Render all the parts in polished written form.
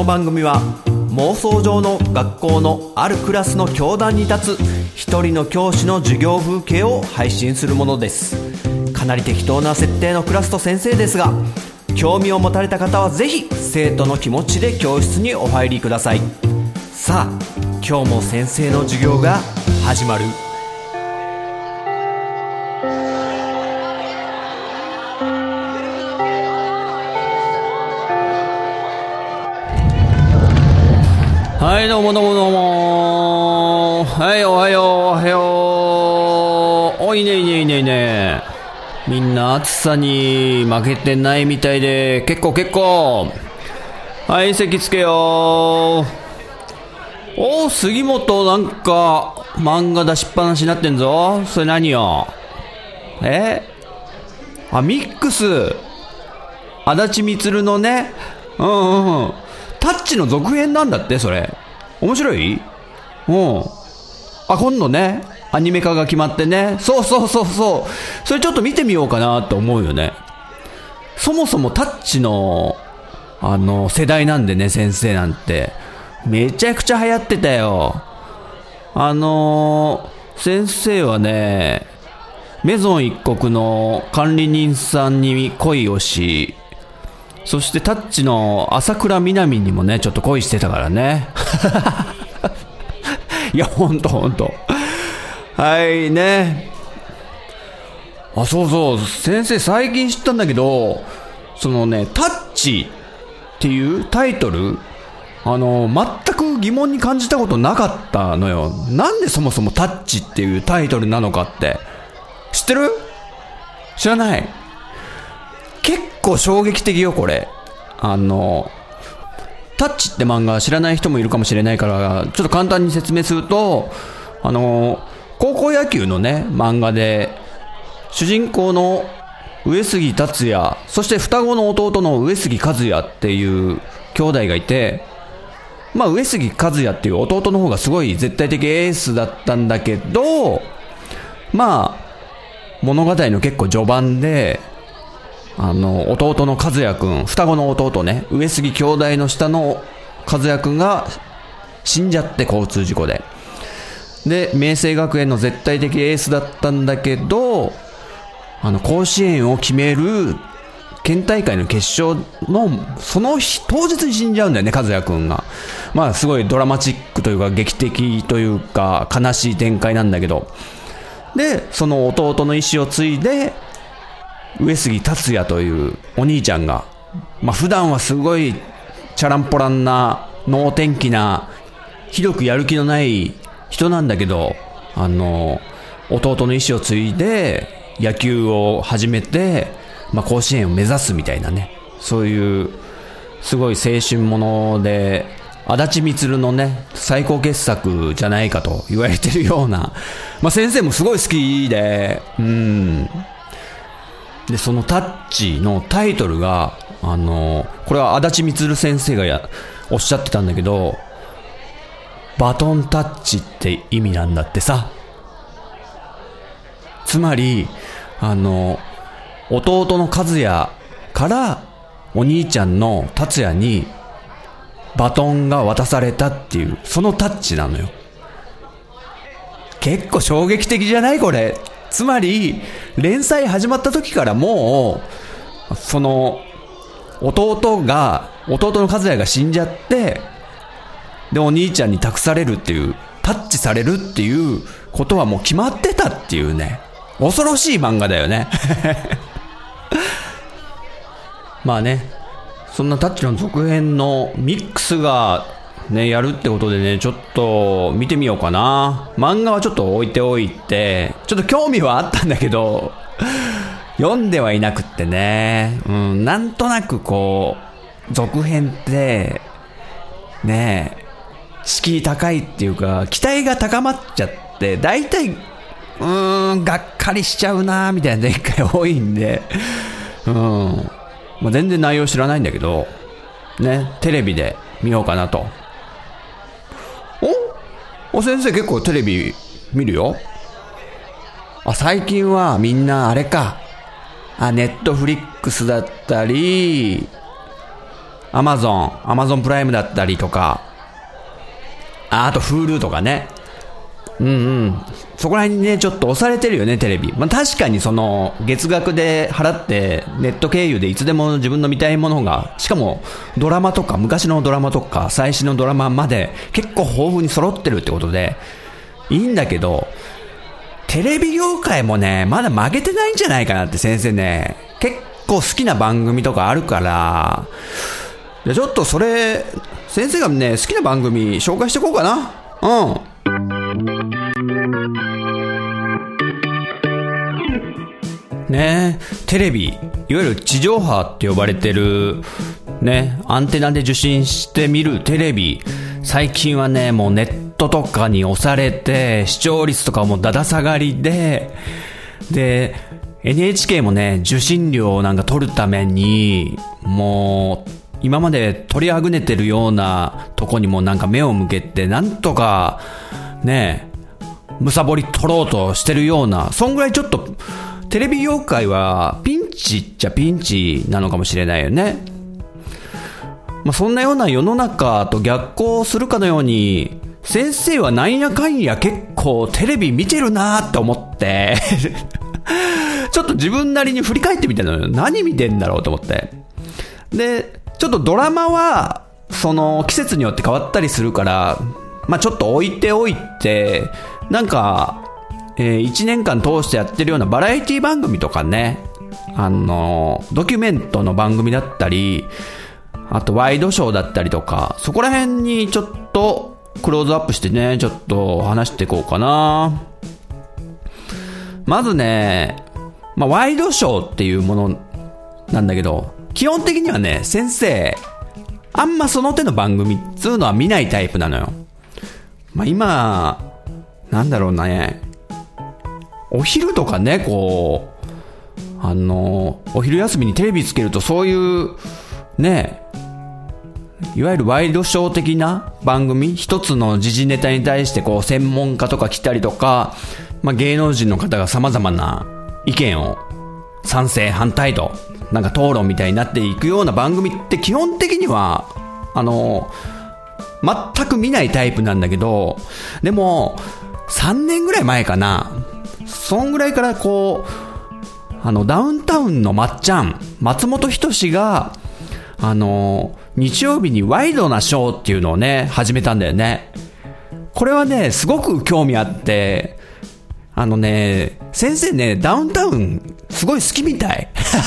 の番組は妄想上の学校のあるクラスの教壇に立つ一人の教師の授業風景を配信するものです。かなり適当な設定のクラスと先生ですが、興味を持たれた方はぜひ生徒の気持ちで教室にお入りください。さあ、今日も先生の授業が始まる。はい、どうも。はい、おはよう。おいねいね。みんな暑さに負けてないみたいで、結構。はい、席つけよ。お、杉本なんか漫画出しっぱなしになってんぞ。それ何よ。ミックス。足立みつるのね。タッチの続編なんだって、それ。面白い？今度ね、アニメ化が決まってね。そう。それちょっと見てみようかなと思うよね。そもそもタッチの、世代なんでね、先生なんて。めちゃくちゃ流行ってたよ。先生はね、メゾン一国の管理人さんに恋をし、そしてタッチの朝倉みなみにもね、ちょっと恋してたからね。いや、ほんと。はいね。そう。先生最近知ったんだけど、そのね、タッチっていうタイトル、全く疑問に感じたことなかったのよ。なんでそもそもタッチっていうタイトルなのかって。知ってる？知らない？結構衝撃的よ、これ。タッチって漫画知らない人もいるかもしれないから、ちょっと簡単に説明すると、高校野球のね、漫画で、主人公の上杉達也、そして双子の弟の上杉和也っていう兄弟がいて、上杉和也っていう弟の方がすごい絶対的エースだったんだけど、物語の結構序盤で、弟の和也くん、双子の弟ね、上杉兄弟の下の和也くんが死んじゃって、交通事故で。で、明星学園の絶対的エースだったんだけど、甲子園を決める県大会の決勝のその日、当日に死んじゃうんだよね、和也くんが。すごいドラマチックというか劇的というか悲しい展開なんだけど、で、その弟の意思を継いで上杉達也というお兄ちゃんが、普段はすごいチャランポランな能天気なひどくやる気のない人なんだけど、弟の意思を継いで野球を始めて、甲子園を目指すみたいなね、そういうすごい青春もので、足立みつるのね、最高傑作じゃないかと言われてるような、先生もすごい好きで、で、そのタッチのタイトルが、これは足立みつる先生がおっしゃってたんだけど、バトンタッチって意味なんだってさ。つまり、弟の和也からお兄ちゃんの達也にバトンが渡されたっていう、そのタッチなのよ。結構衝撃的じゃないこれ。つまり連載始まった時からもう、その弟の和也が死んじゃって、でお兄ちゃんに託されるっていう、タッチされるっていうことはもう決まってたっていうね、恐ろしい漫画だよね。そんなタッチの続編のミックスがね、やるってことでね、ちょっと見てみようかな。漫画はちょっと置いておいて、ちょっと興味はあったんだけど、読んではいなくってね、なんとなく続編ってね、敷居高いっていうか期待が高まっちゃって、だいたいがっかりしちゃうなみたいな展開多いんで、全然内容知らないんだけどね、テレビで見ようかなと。先生結構テレビ見るよ。最近はみんなあれか、ネットフリックスだったりアマゾンプライムだったりとか、あと Hulu とかね。そこら辺にね、ちょっと押されてるよね、テレビ。確かにその、月額で払って、ネット経由でいつでも自分の見たいものが、しかも、ドラマとか、昔のドラマとか、最新のドラマまで、結構豊富に揃ってるってことで、いいんだけど、テレビ業界もね、まだ負けてないんじゃないかなって先生ね、結構好きな番組とかあるから、ちょっとそれ、先生がね、好きな番組紹介していこうかな。ね、テレビ、いわゆる地上波って呼ばれてるね、アンテナで受信してみるテレビ、最近はね、もうネットとかに押されて視聴率とかもだだ下がりで NHK もね、受信料なんか取るためにもう今まで取りあぐねてるようなとこにもなんか目を向けて、なんとかね、むさぼり取ろうとしてるような、そんぐらいちょっとテレビ業界はピンチっちゃピンチなのかもしれないよね。そんなような世の中と逆行するかのように、先生はなんやかんや結構テレビ見てるなーって思ってちょっと自分なりに振り返ってみたのよ。何見てんだろうと思って。で、ちょっとドラマはその季節によって変わったりするから、ちょっと置いておいて、なんか、1年間通してやってるようなバラエティ番組とかね、ドキュメントの番組だったり、あとワイドショーだったりとか、そこら辺にちょっとクローズアップしてね、ちょっと話していこうかな。まずね、ワイドショーっていうものなんだけど、基本的にはね、先生あんまその手の番組っつうのは見ないタイプなのよ。今なんだろうね、お昼とかね、こうお昼休みにテレビつけると、そういうね、いわゆるワイドショー的な番組、一つの時事ネタに対してこう専門家とか来たりとか、芸能人の方が様々な意見を賛成反対となんか討論みたいになっていくような番組って基本的には全く見ないタイプなんだけど、でも3年ぐらい前かな、そんぐらいからこうダウンタウンの松本人志が日曜日にワイドなショーっていうのをね、始めたんだよね。これはね、すごく興味あって、先生ね、ダウンタウンすごい好きみたい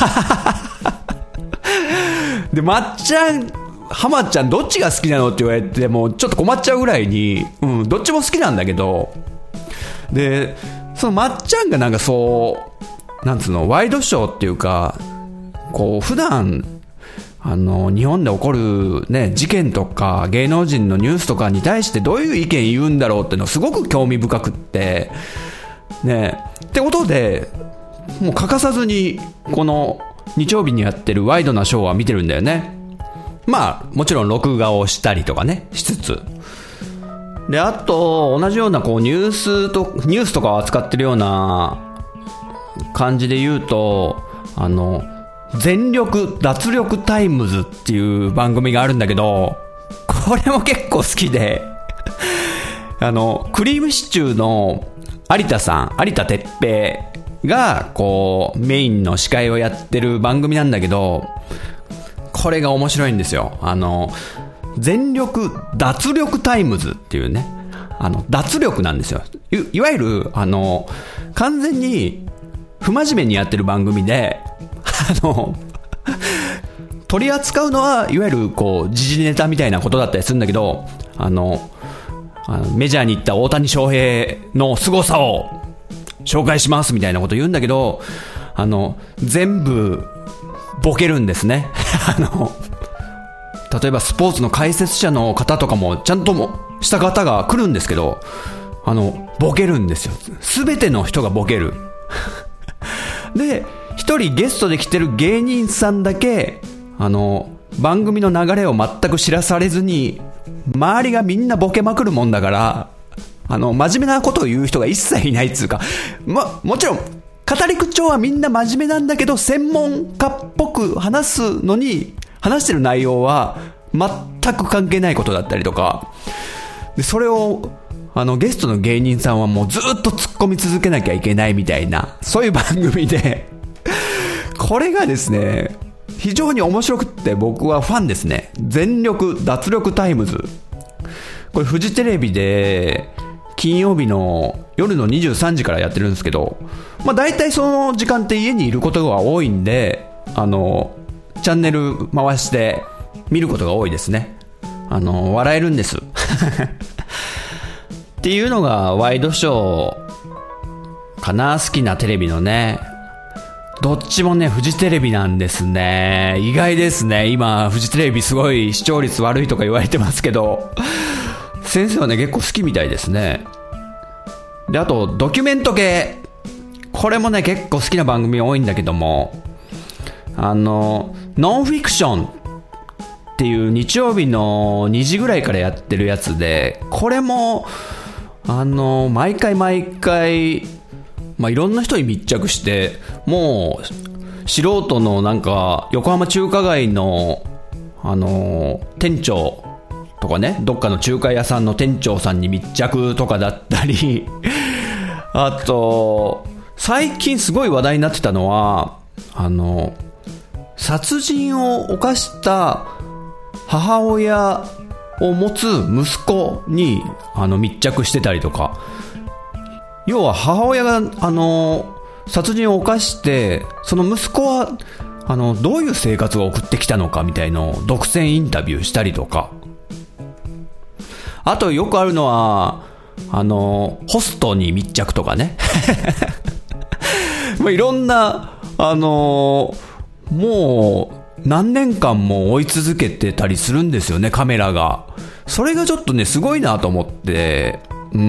で、浜ちゃんどっちが好きなのって言われてもちょっと困っちゃうぐらいに、どっちも好きなんだけど、でそのまっちゃんがなんかそうなんつうの、ワイドショーっていうか、こう普段日本で起こるね、事件とか芸能人のニュースとかに対してどういう意見言うんだろうっていうのすごく興味深くってね、ってことでもう欠かさずにこの日曜日にやってるワイドなショーは見てるんだよね。もちろん録画をしたりとかねしつつで、あと同じようなこうニュースとかを扱ってるような感じで言うと、全力脱力タイムズっていう番組があるんだけど、これも結構好きでクリームシチューの有田哲平がこうメインの司会をやってる番組なんだけど、これが面白いんですよ。全力脱力タイムズっていうね、脱力なんですよ。いわゆる完全に不真面目にやってる番組で、取り扱うのはいわゆるこう時事ネタみたいなことだったりするんだけど、メジャーに行った大谷翔平の凄さを紹介しますみたいなこと言うんだけど、全部ボケるんですね例えばスポーツの解説者の方とかもちゃんとした方が来るんですけど、ボケるんですよ。すべての人がボケるで、一人ゲストで来てる芸人さんだけ番組の流れを全く知らされずに、周りがみんなボケまくるもんだから、真面目なことを言う人が一切いないっつうか、もちろん語り口調はみんな真面目なんだけど、専門家っぽく話すのに話してる内容は全く関係ないことだったりとかで、それをゲストの芸人さんはもうずっと突っ込み続けなきゃいけないみたいな、そういう番組でこれがですね非常に面白くって僕はファンですね。全力脱力タイムズ、これフジテレビで金曜日の夜の23時からやってるんですけど、大体その時間って家にいることが多いんでチャンネル回して見ることが多いですね。笑えるんですっていうのがワイドショーかな。好きなテレビのね、どっちもねフジテレビなんですね。意外ですね。今フジテレビすごい視聴率悪いとか言われてますけど、先生はね結構好きみたいですね。で、あとドキュメント系、これもね結構好きな番組多いんだけども、ノンフィクションっていう日曜日の2時ぐらいからやってるやつで、これも毎回いろんな人に密着して、もう素人のなんか横浜中華街の店長とかね、どっかの中華屋さんの店長さんに密着とかだったりあと最近すごい話題になってたのは殺人を犯した母親を持つ息子に密着してたりとか、要は母親が殺人を犯して、その息子はどういう生活を送ってきたのかみたいのを独占インタビューしたりとか、あとよくあるのはホストに密着とかねいろんなもう何年間も追い続けてたりするんですよね、カメラが。それがちょっとねすごいなと思って、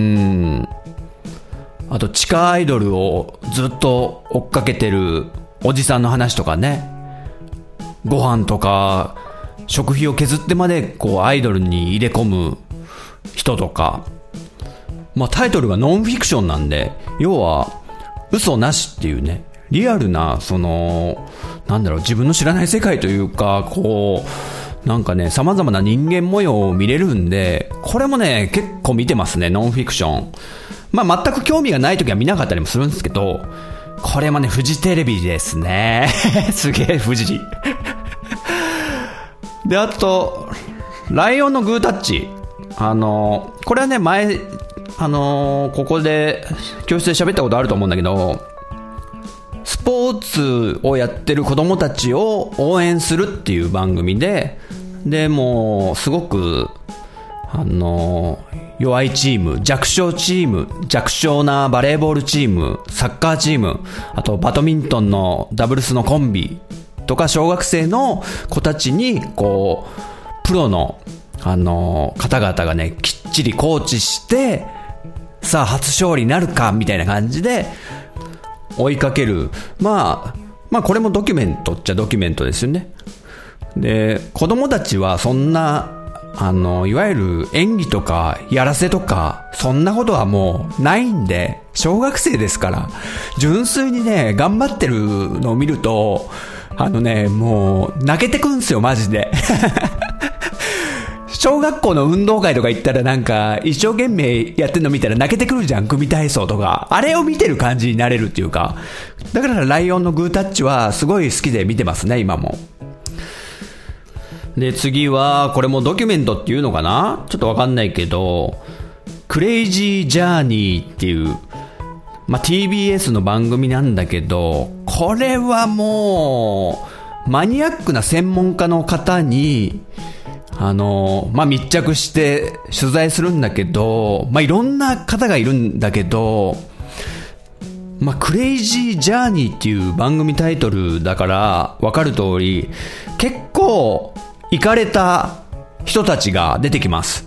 あと地下アイドルをずっと追っかけてるおじさんの話とかね、ご飯とか食費を削ってまでこうアイドルに入れ込む人とか、タイトルがノンフィクションなんで、要は嘘なしっていうね、リアルな自分の知らない世界というか、こうなんかね様々な人間模様を見れるんで、これもね結構見てますね、ノンフィクション。全く興味がないときは見なかったりもするんですけど、これもねフジテレビですねすげえフジで、あとライオンのグータッチ、これはね前ここで教室で喋ったことあると思うんだけど、スポーツをやってる子供たちを応援するっていう番組で、もうすごく弱いチーム、弱小チーム、弱小なバレーボールチーム、サッカーチーム、あとバドミントンのダブルスのコンビとか、小学生の子たちにこうプロの方々がねきっちりコーチして、さあ初勝利なるかみたいな感じで追いかける。これもドキュメントっちゃドキュメントですよね。で、子供たちはそんないわゆる演技とかやらせとかそんなことはもうないんで、小学生ですから純粋にね頑張ってるのを見るともう泣けてくんすよマジで小学校の運動会とか行ったらなんか一生懸命やってんの見たら泣けてくるじゃん、組体操とか。あれを見てる感じになれるっていうか、だからライオンのグータッチはすごい好きで見てますね今も。で、次はこれもドキュメントっていうのかな、ちょっとわかんないけど、クレイジージャーニーっていう、TBS の番組なんだけど、これはもうマニアックな専門家の方に密着して取材するんだけど、いろんな方がいるんだけど、クレイジージャーニーっていう番組タイトルだから分かる通り、結構イカれた人たちが出てきます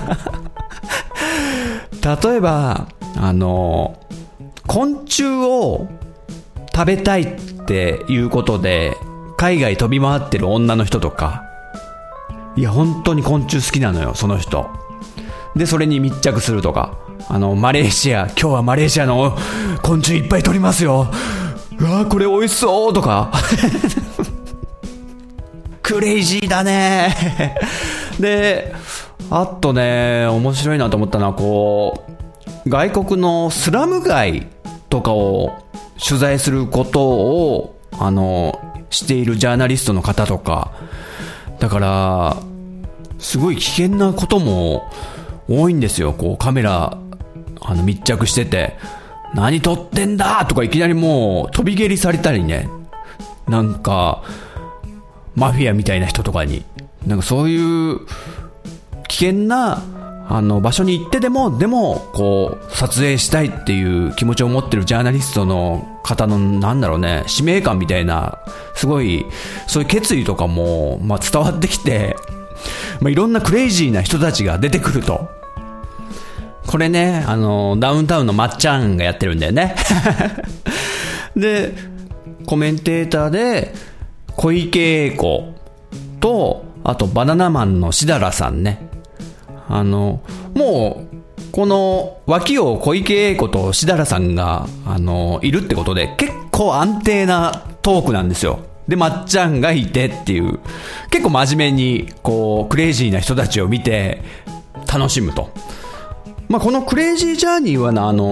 例えば昆虫を食べたいっていうことで海外飛び回ってる女の人とか、いや本当に昆虫好きなのよその人で、それに密着するとか、マレーシア、今日はマレーシアの昆虫いっぱい取りますよ、うわこれ美味しそうとかクレイジーだねで、あとね、面白いなと思ったのは、こう、外国のスラム街とかを取材することを、しているジャーナリストの方とか、だから、すごい危険なことも多いんですよ。こう、カメラ、密着してて、何撮ってんだとかいきなりもう飛び蹴りされたりね、なんか、マフィアみたいな人とかに、なんかそういう危険な場所に行ってでもこう撮影したいっていう気持ちを持ってるジャーナリストの方のなんだろうね、使命感みたいな、すごいそういう決意とかも、伝わってきて、いろんなクレイジーな人たちが出てくると。これね、ダウンタウンのまっちゃんがやってるんだよねで、コメンテーターで小池栄子と、あとバナナマンのしだらさんね。もうこの脇を小池栄子としだらさんがいるってことで、結構安定なトークなんですよ。で、まっちゃんがいてっていう、結構真面目にこうクレイジーな人たちを見て楽しむと。このクレイジージャーニーは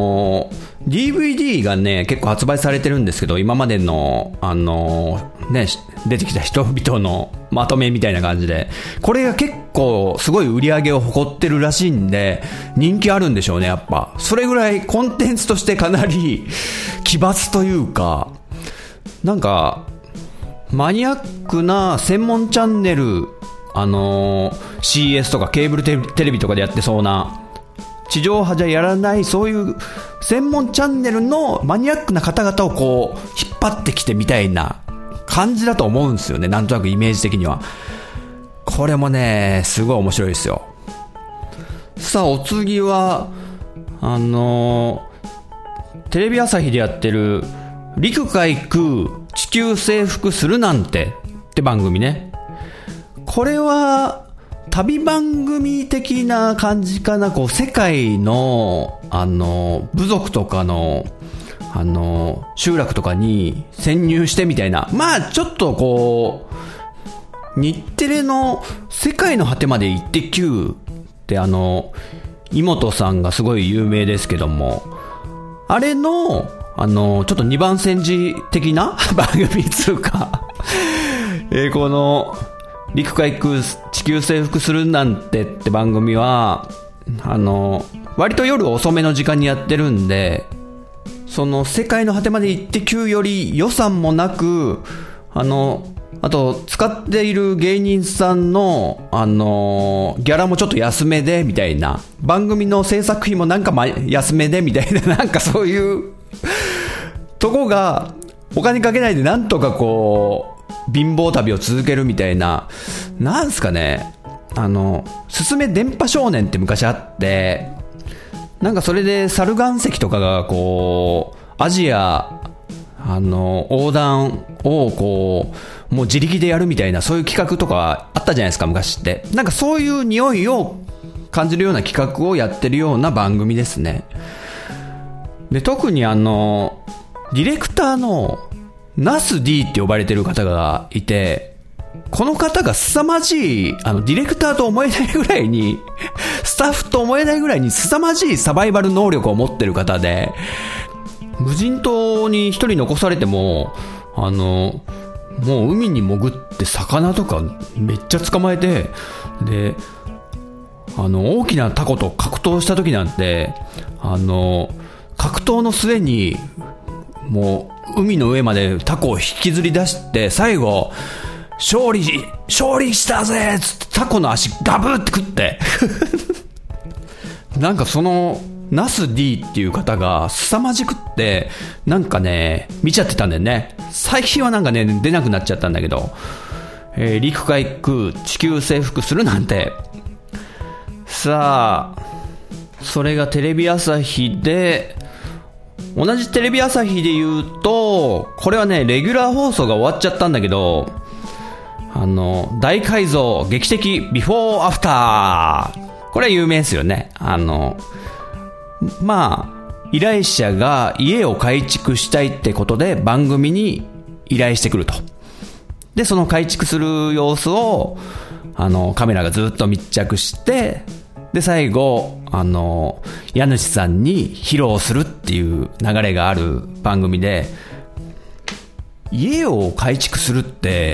DVD がね、結構発売されてるんですけど、今までの出てきた人々のまとめみたいな感じで、これが結構すごい売り上げを誇ってるらしいんで、人気あるんでしょうね、やっぱ。それぐらいコンテンツとしてかなり奇抜というか、なんかマニアックな専門チャンネル、CS とかケーブルテレビとかでやってそうな、地上波じゃやらないそういう専門チャンネルのマニアックな方々をこう引っ張ってきてみたいな感じだと思うんですよね、なんとなくイメージ的には。これもね、すごい面白いですよ。さあ、お次はテレビ朝日でやってる陸海空地球征服するなんてって番組ね。これは旅番組的な感じかな。こう世界の部族とかの集落とかに潜入してみたいな、ちょっとこう日テレの世界の果てまで行ってQって井本さんがすごい有名ですけども、あれのちょっと二番煎じ的な番組つうかこの陸海空地球征服するなんてって番組は割と夜遅めの時間にやってるんで、その世界の果てまで行ってQより予算もなく、あと使っている芸人さんのギャラもちょっと安めでみたいな、番組の制作費もなんか安めでみたいな、なんかそういうとこがお金かけないでなんとかこう貧乏旅を続けるみたいな、なんすかね、すすめ電波少年って昔あって、なんかそれで猿岩石とかがこうアジア横断をこうもう自力でやるみたいな、そういう企画とかあったじゃないですか、昔って。なんかそういう匂いを感じるような企画をやってるような番組ですね。で、特にディレクターのナス D って呼ばれてる方がいて、この方が凄まじいディレクターと思えないぐらいにスタッフと思えないぐらいに凄まじいサバイバル能力を持ってる方で、無人島に一人残されてももう海に潜って魚とかめっちゃ捕まえて、で大きなタコと格闘した時なんて格闘の末にもう海の上までタコを引きずり出して、最後勝利したぜつってタコの足ガブって食ってなんかそのナス D っていう方が凄まじくって、なんかね見ちゃってたんだよね。最近はなんかね出なくなっちゃったんだけど、陸海空地球征服するなんて。さあ、それがテレビ朝日で、同じテレビ朝日で言うと、これはねレギュラー放送が終わっちゃったんだけど、大改造劇的ビフォーアフター、これは有名ですよね。依頼者が家を改築したいってことで番組に依頼してくると。 で、その改築する様子を、カメラがずっと密着して、で、最後、家主さんに披露するっていう流れがある番組で、家を改築するって、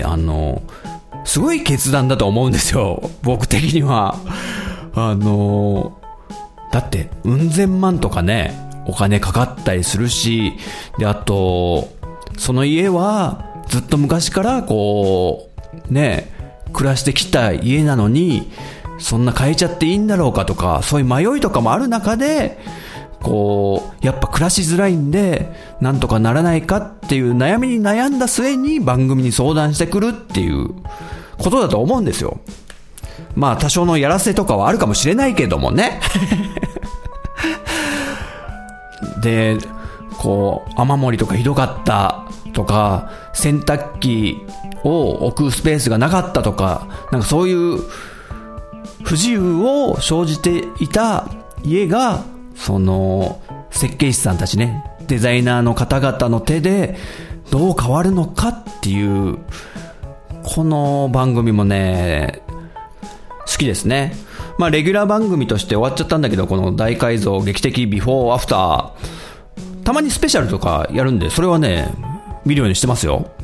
すごい決断だと思うんですよ。僕的には。だって、うん千万とかね、お金かかったりするし、で、あと、その家は、ずっと昔からこう、ね、暮らしてきた家なのに、そんな変えちゃっていいんだろうかとか、そういう迷いとかもある中で、こう、やっぱ暮らしづらいんで、なんとかならないかっていう悩みに悩んだ末に番組に相談してくるっていうことだと思うんですよ。まあ多少のやらせとかはあるかもしれないけどもね。で、こう、雨漏りとかひどかったとか、洗濯機を置くスペースがなかったとか、なんかそういう不自由を生じていた家が、その設計士さんたちね、デザイナーの方々の手でどう変わるのかっていう、この番組もね、好きですね。まあレギュラー番組として終わっちゃったんだけど、この大改造劇的ビフォーアフター、たまにスペシャルとかやるんで、それはね見るようにしてますよ。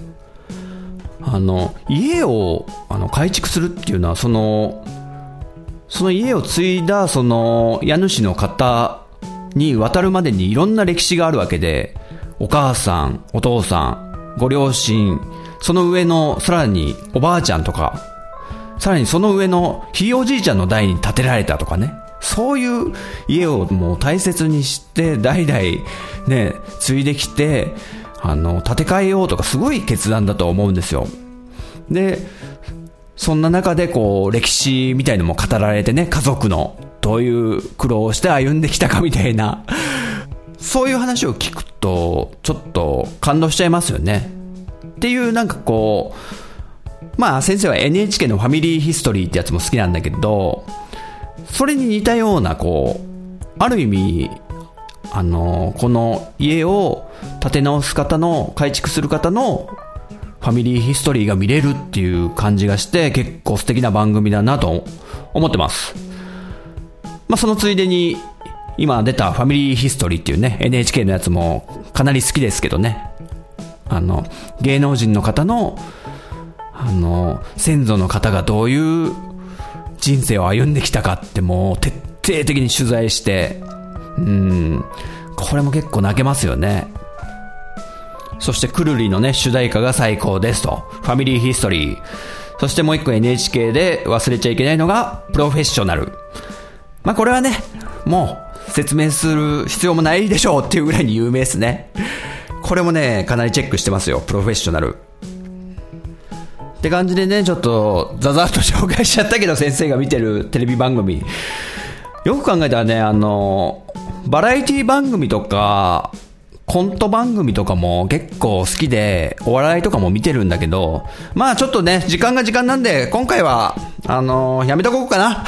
家を改築するっていうのは、その家を継いだその家主の方に渡るまでにいろんな歴史があるわけで、お母さん、お父さん、ご両親、その上のさらにおばあちゃんとか、さらにその上のひいおじいちゃんの代に建てられたとかね、そういう家をもう大切にして代々ね継いできて、建て替えようとか、すごい決断だと思うんですよ。で、そんな中でこう歴史みたいのも語られてね、家族のどういう苦労をして歩んできたかみたいな、そういう話を聞くとちょっと感動しちゃいますよね。っていう、なんかこう、まあ先生は NHK のファミリーヒストリーってやつも好きなんだけど、それに似たような、こう、ある意味この家を建て直す方の、改築する方のファミリーヒストリーが見れるっていう感じがして、結構素敵な番組だなと思ってます。まあそのついでに今出たファミリーヒストリーっていうね NHK のやつもかなり好きですけどね、芸能人の方の先祖の方がどういう人生を歩んできたかって、もう徹底的に取材して、これも結構泣けますよね。そしてくるりのね主題歌が最高ですと、ファミリーヒストリー。そしてもう一個 NHK で忘れちゃいけないのがプロフェッショナル。まあこれはねもう説明する必要もないでしょうっていうぐらいに有名ですね。これもねかなりチェックしてますよ、プロフェッショナルって感じでね、ちょっとザザッと紹介しちゃったけど、先生が見てるテレビ番組、よく考えたらね、バラエティ番組とかコント番組とかも結構好きで、お笑いとかも見てるんだけど、まあちょっとね時間が時間なんで、今回はやめとこうかな。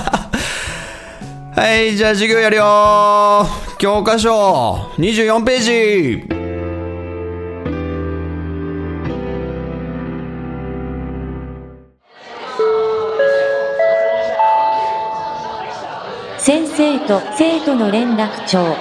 はい、じゃあ授業やるよ。教科書24ページ。 先生と生徒の連絡帳。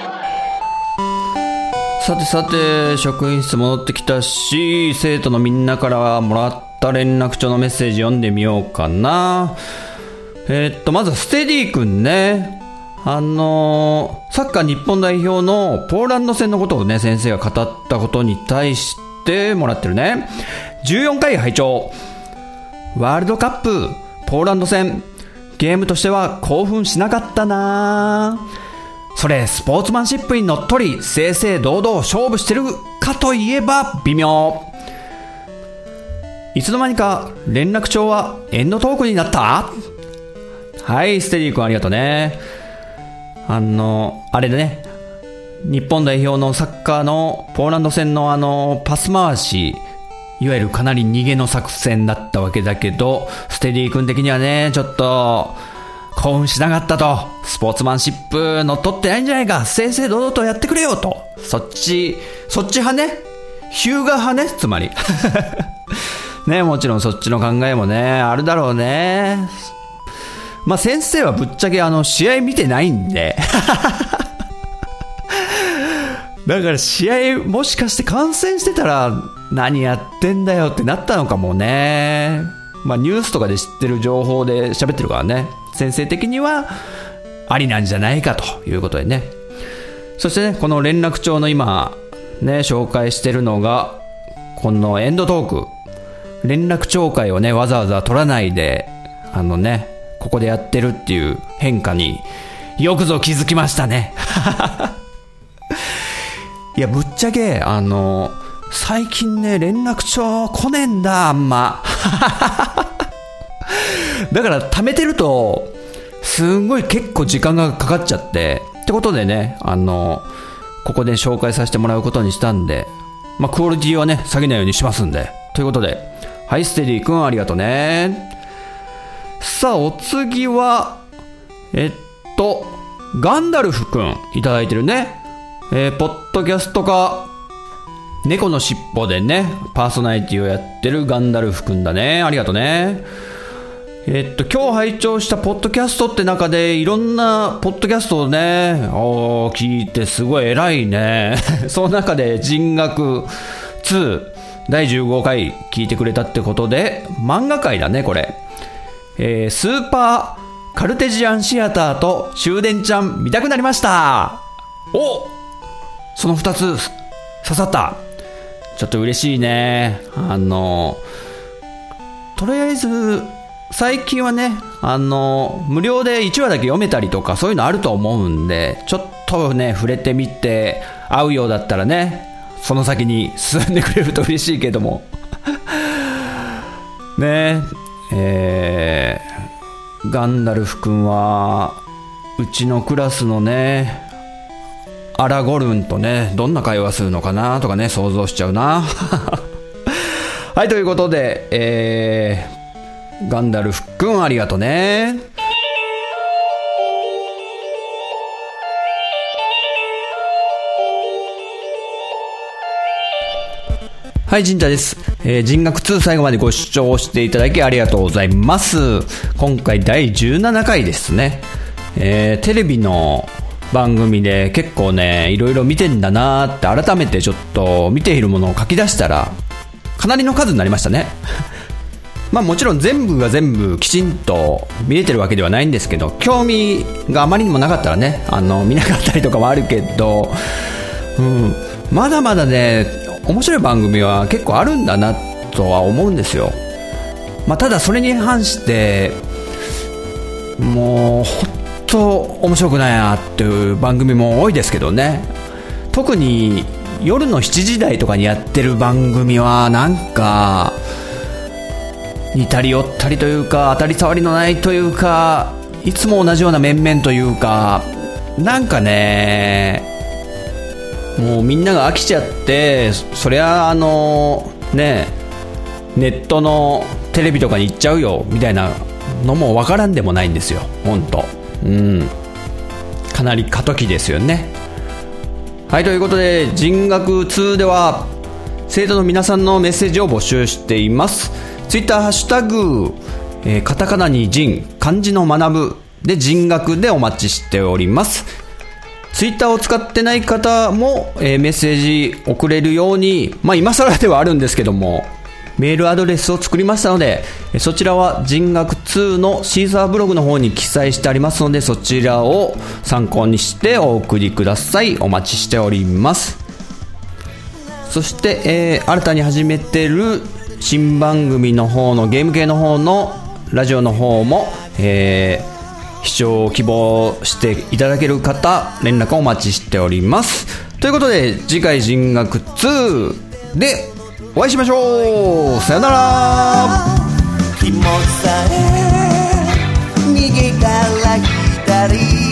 さてさて、職員室戻ってきたし、生徒のみんなからもらった連絡帳のメッセージ読んでみようかな。まずはステディ君ね。サッカー日本代表のポーランド戦のことをね、先生が語ったことに対してもらってるね。14回拝聴。ワールドカップポーランド戦、ゲームとしては興奮しなかったな。それスポーツマンシップにのっとり正々堂々勝負してるかといえば微妙。いつの間にか連絡帳はエンドトークになった。はい、ステディ君ありがとうね。あれでね、日本代表のサッカーのポーランド戦のパス回し、いわゆるかなり逃げの作戦だったわけだけど、ステディ君的にはねちょっと興奮しなかったと。スポーツマンシップのっとってないんじゃないか、正々堂々とやってくれよと。そっち派ね、ヒューガ派ね、つまりね、もちろんそっちの考えもね、あるだろうね。まあ先生はぶっちゃけ試合見てないんで。だから試合もしかして観戦してたら何やってんだよってなったのかもね。まあニュースとかで知ってる情報で喋ってるからね。先生的にはありなんじゃないかということでね。そしてね、この連絡帳の今ね、紹介してるのがこのエンドトーク。連絡帳会をね、わざわざ取らないでここでやってるっていう変化によくぞ気づきましたね。いやぶっちゃけ最近ね連絡帳来ねえんだあんま。だから貯めてるとすんごい結構時間がかかっちゃってってことでねここで紹介させてもらうことにしたんで、まあクオリティはね下げないようにしますんでということで、はいステディ君ありがとうね。さあお次はガンダルフ君いただいてるね。ポッドキャストか猫のしっぽでねパーソナリティをやってるガンダルフ君だね。ありがとうね。今日拝聴したポッドキャストって中でいろんなポッドキャストをね聞いてすごい偉いね。その中で人学2第15回聞いてくれたってことで漫画界だねこれ。スーパーカルテジアンシアターと終電ちゃん見たくなりました。お、その2つ刺さった。ちょっと嬉しいね。とりあえず最近はね無料で1話だけ読めたりとかそういうのあると思うんで、ちょっとね触れてみて合うようだったらねその先に進んでくれると嬉しいけどもね。ガンダルフ君はうちのクラスのねアラゴルンとねどんな会話するのかなとかね想像しちゃうな。はい、ということで、ガンダルフ君ありがとうね。はい、神社です。人学2最後までご視聴していただきありがとうございます。今回第17回ですね。テレビの番組で結構ねいろいろ見てんだなって改めてちょっと見ているものを書き出したらかなりの数になりましたね。まあもちろん全部が全部きちんと見れてるわけではないんですけど、興味があまりにもなかったらね見なかったりとかもあるけど、まだまだね面白い番組は結構あるんだなとは思うんですよ。まあただそれに反してもうほんと面白くないなっていう番組も多いですけどね。特に夜の7時台とかにやってる番組はなんか似たり寄ったりというか当たり障りのないというかいつも同じような面々というかなんかねもうみんなが飽きちゃってそりゃねネットのテレビとかに行っちゃうよみたいなのもわからんでもないんですよほんと。かなり過渡期ですよね。はい、ということで人学2では生徒の皆さんのメッセージを募集しています。ツイッターハッシュタグ、カタカナに人漢字の学ぶで人学でお待ちしております。ツイッターを使ってない方も、メッセージ送れるように、まあ今更ではあるんですけどもメールアドレスを作りましたので、そちらは人学2のシーサーブログの方に記載してありますので、そちらを参考にしてお送りください。お待ちしております。そして、新たに始めてる新番組の方のゲーム系の方のラジオの方も、視聴希望していただける方連絡をお待ちしております。ということで次回人学2でお会いしましょう。さよなら。 気持ちさえ右から左